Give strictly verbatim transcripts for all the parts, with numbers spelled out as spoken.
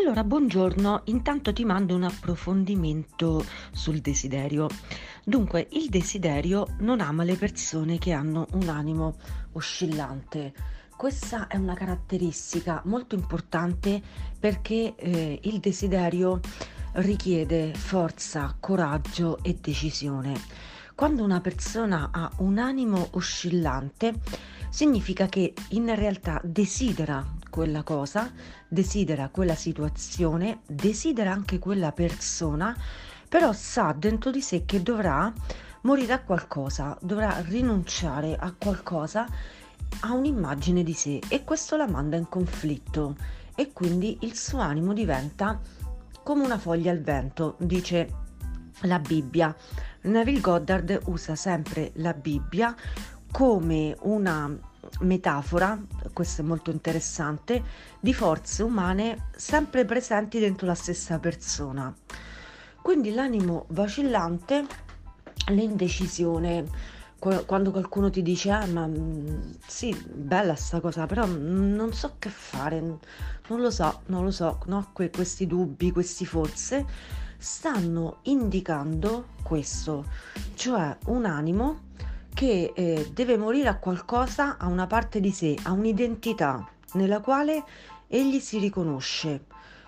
Allora, buongiorno, intanto ti mando un approfondimento sul desiderio. Dunque, il desiderio non ama le persone che hanno un animo oscillante. Questa è una caratteristica molto importante perché eh, il desiderio richiede forza, coraggio e decisione. Quando una persona ha un animo oscillante, significa che in realtà desidera quella cosa, desidera quella situazione, desidera anche quella persona, però sa dentro di sé che dovrà morire a qualcosa, dovrà rinunciare a qualcosa, a un'immagine di sé e questo la manda in conflitto e quindi il suo animo diventa come una foglia al vento, dice la Bibbia. Neville Goddard usa sempre la Bibbia come una metafora, questo è molto interessante, di forze umane sempre presenti dentro la stessa persona. Quindi l'animo vacillante, l'indecisione, qu- quando qualcuno ti dice ah ma mm, sì, bella sta cosa, però mm, non so che fare, non lo so, non lo so, no? Que- questi dubbi, questi forse, stanno indicando questo, cioè un animo che eh, deve morire a qualcosa, a una parte di sé, a un'identità nella quale egli si riconosce.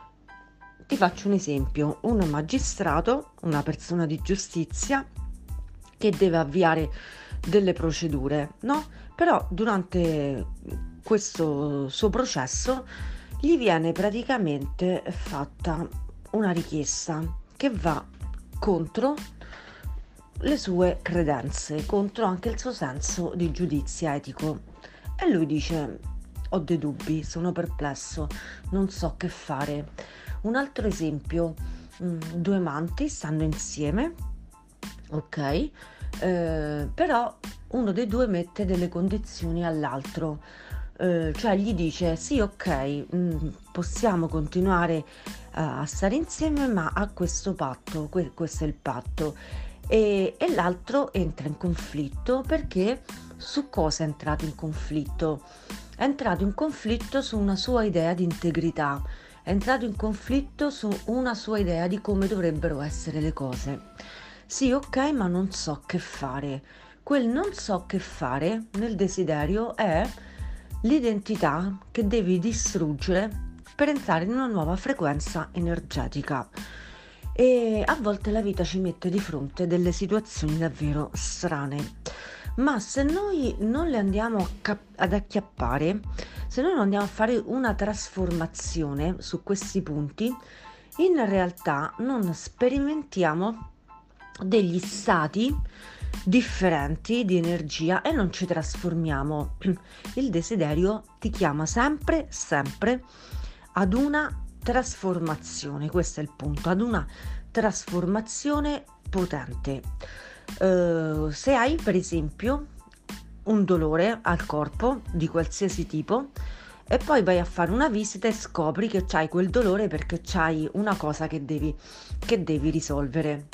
Ti faccio un esempio, un magistrato, una persona di giustizia che deve avviare delle procedure, no? Però durante questo suo processo gli viene praticamente fatta una richiesta che va contro le sue credenze, contro anche il suo senso di giudizio etico. E lui dice: ho dei dubbi, sono perplesso, non so che fare. Un altro esempio, mm, due amanti stanno insieme, ok? Eh, però uno dei due mette delle condizioni all'altro, eh, cioè gli dice sì, ok, mm, possiamo continuare eh, a stare insieme, ma a questo patto, que- questo è il patto. E, e l'altro entra in conflitto perché su cosa è entrato in conflitto? È entrato in conflitto su una sua idea di integrità, è entrato in conflitto su una sua idea di come dovrebbero essere le cose. Sì, ok, ma non so che fare. Quel non so che fare nel desiderio è l'identità che devi distruggere per entrare in una nuova frequenza energetica. E a volte la vita ci mette di fronte delle situazioni davvero strane. Ma se noi non le andiamo a cap- ad acchiappare, se noi non andiamo a fare una trasformazione su questi punti, in realtà non sperimentiamo degli stati differenti di energia e non ci trasformiamo. Il desiderio ti chiama sempre, sempre ad una trasformazione, questo è il punto, ad una trasformazione potente. Eh, se hai per esempio un dolore al corpo di qualsiasi tipo e poi vai a fare una visita e scopri che c'hai quel dolore perché c'hai una cosa che devi, che devi risolvere.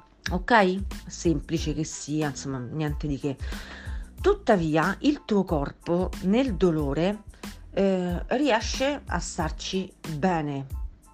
Ok? Semplice che sia, insomma, niente di che. Tuttavia, il tuo corpo nel dolore eh, riesce a starci bene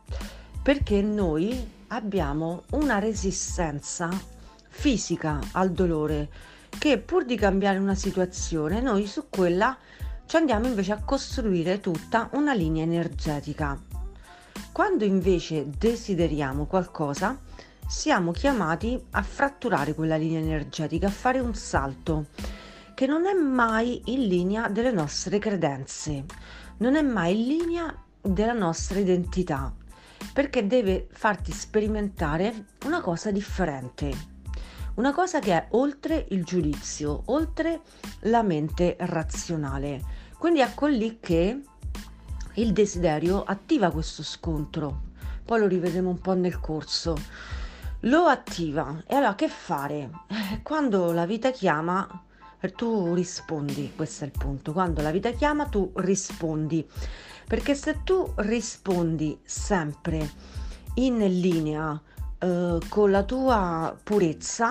perché noi abbiamo una resistenza fisica al dolore che pur di cambiare una situazione, noi su quella ci andiamo invece a costruire tutta una linea energetica. Quando invece desideriamo qualcosa, siamo chiamati a fratturare quella linea energetica, a fare un salto che non è mai in linea delle nostre credenze, non è mai in linea della nostra identità, perché deve farti sperimentare una cosa differente, una cosa che è oltre il giudizio, oltre la mente razionale. Quindi ecco lì che il desiderio attiva questo scontro, poi lo rivedremo un po' nel corso. Lo attiva e allora che fare? Eh, Quando la vita chiama, eh, tu rispondi, questo è il punto. Quando la vita chiama, tu rispondi. Perché se tu rispondi sempre in linea eh, con la tua purezza,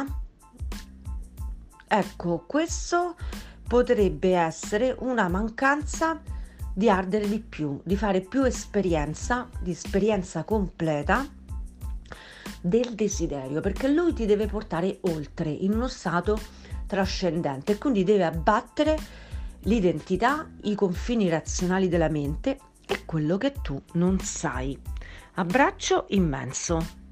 ecco, questo potrebbe essere una mancanza di ardere di più, di fare più esperienza, di esperienza completa del desiderio, perché lui ti deve portare oltre, in uno stato trascendente, e quindi deve abbattere l'identità, i confini razionali della mente e quello che tu non sai. Abbraccio immenso.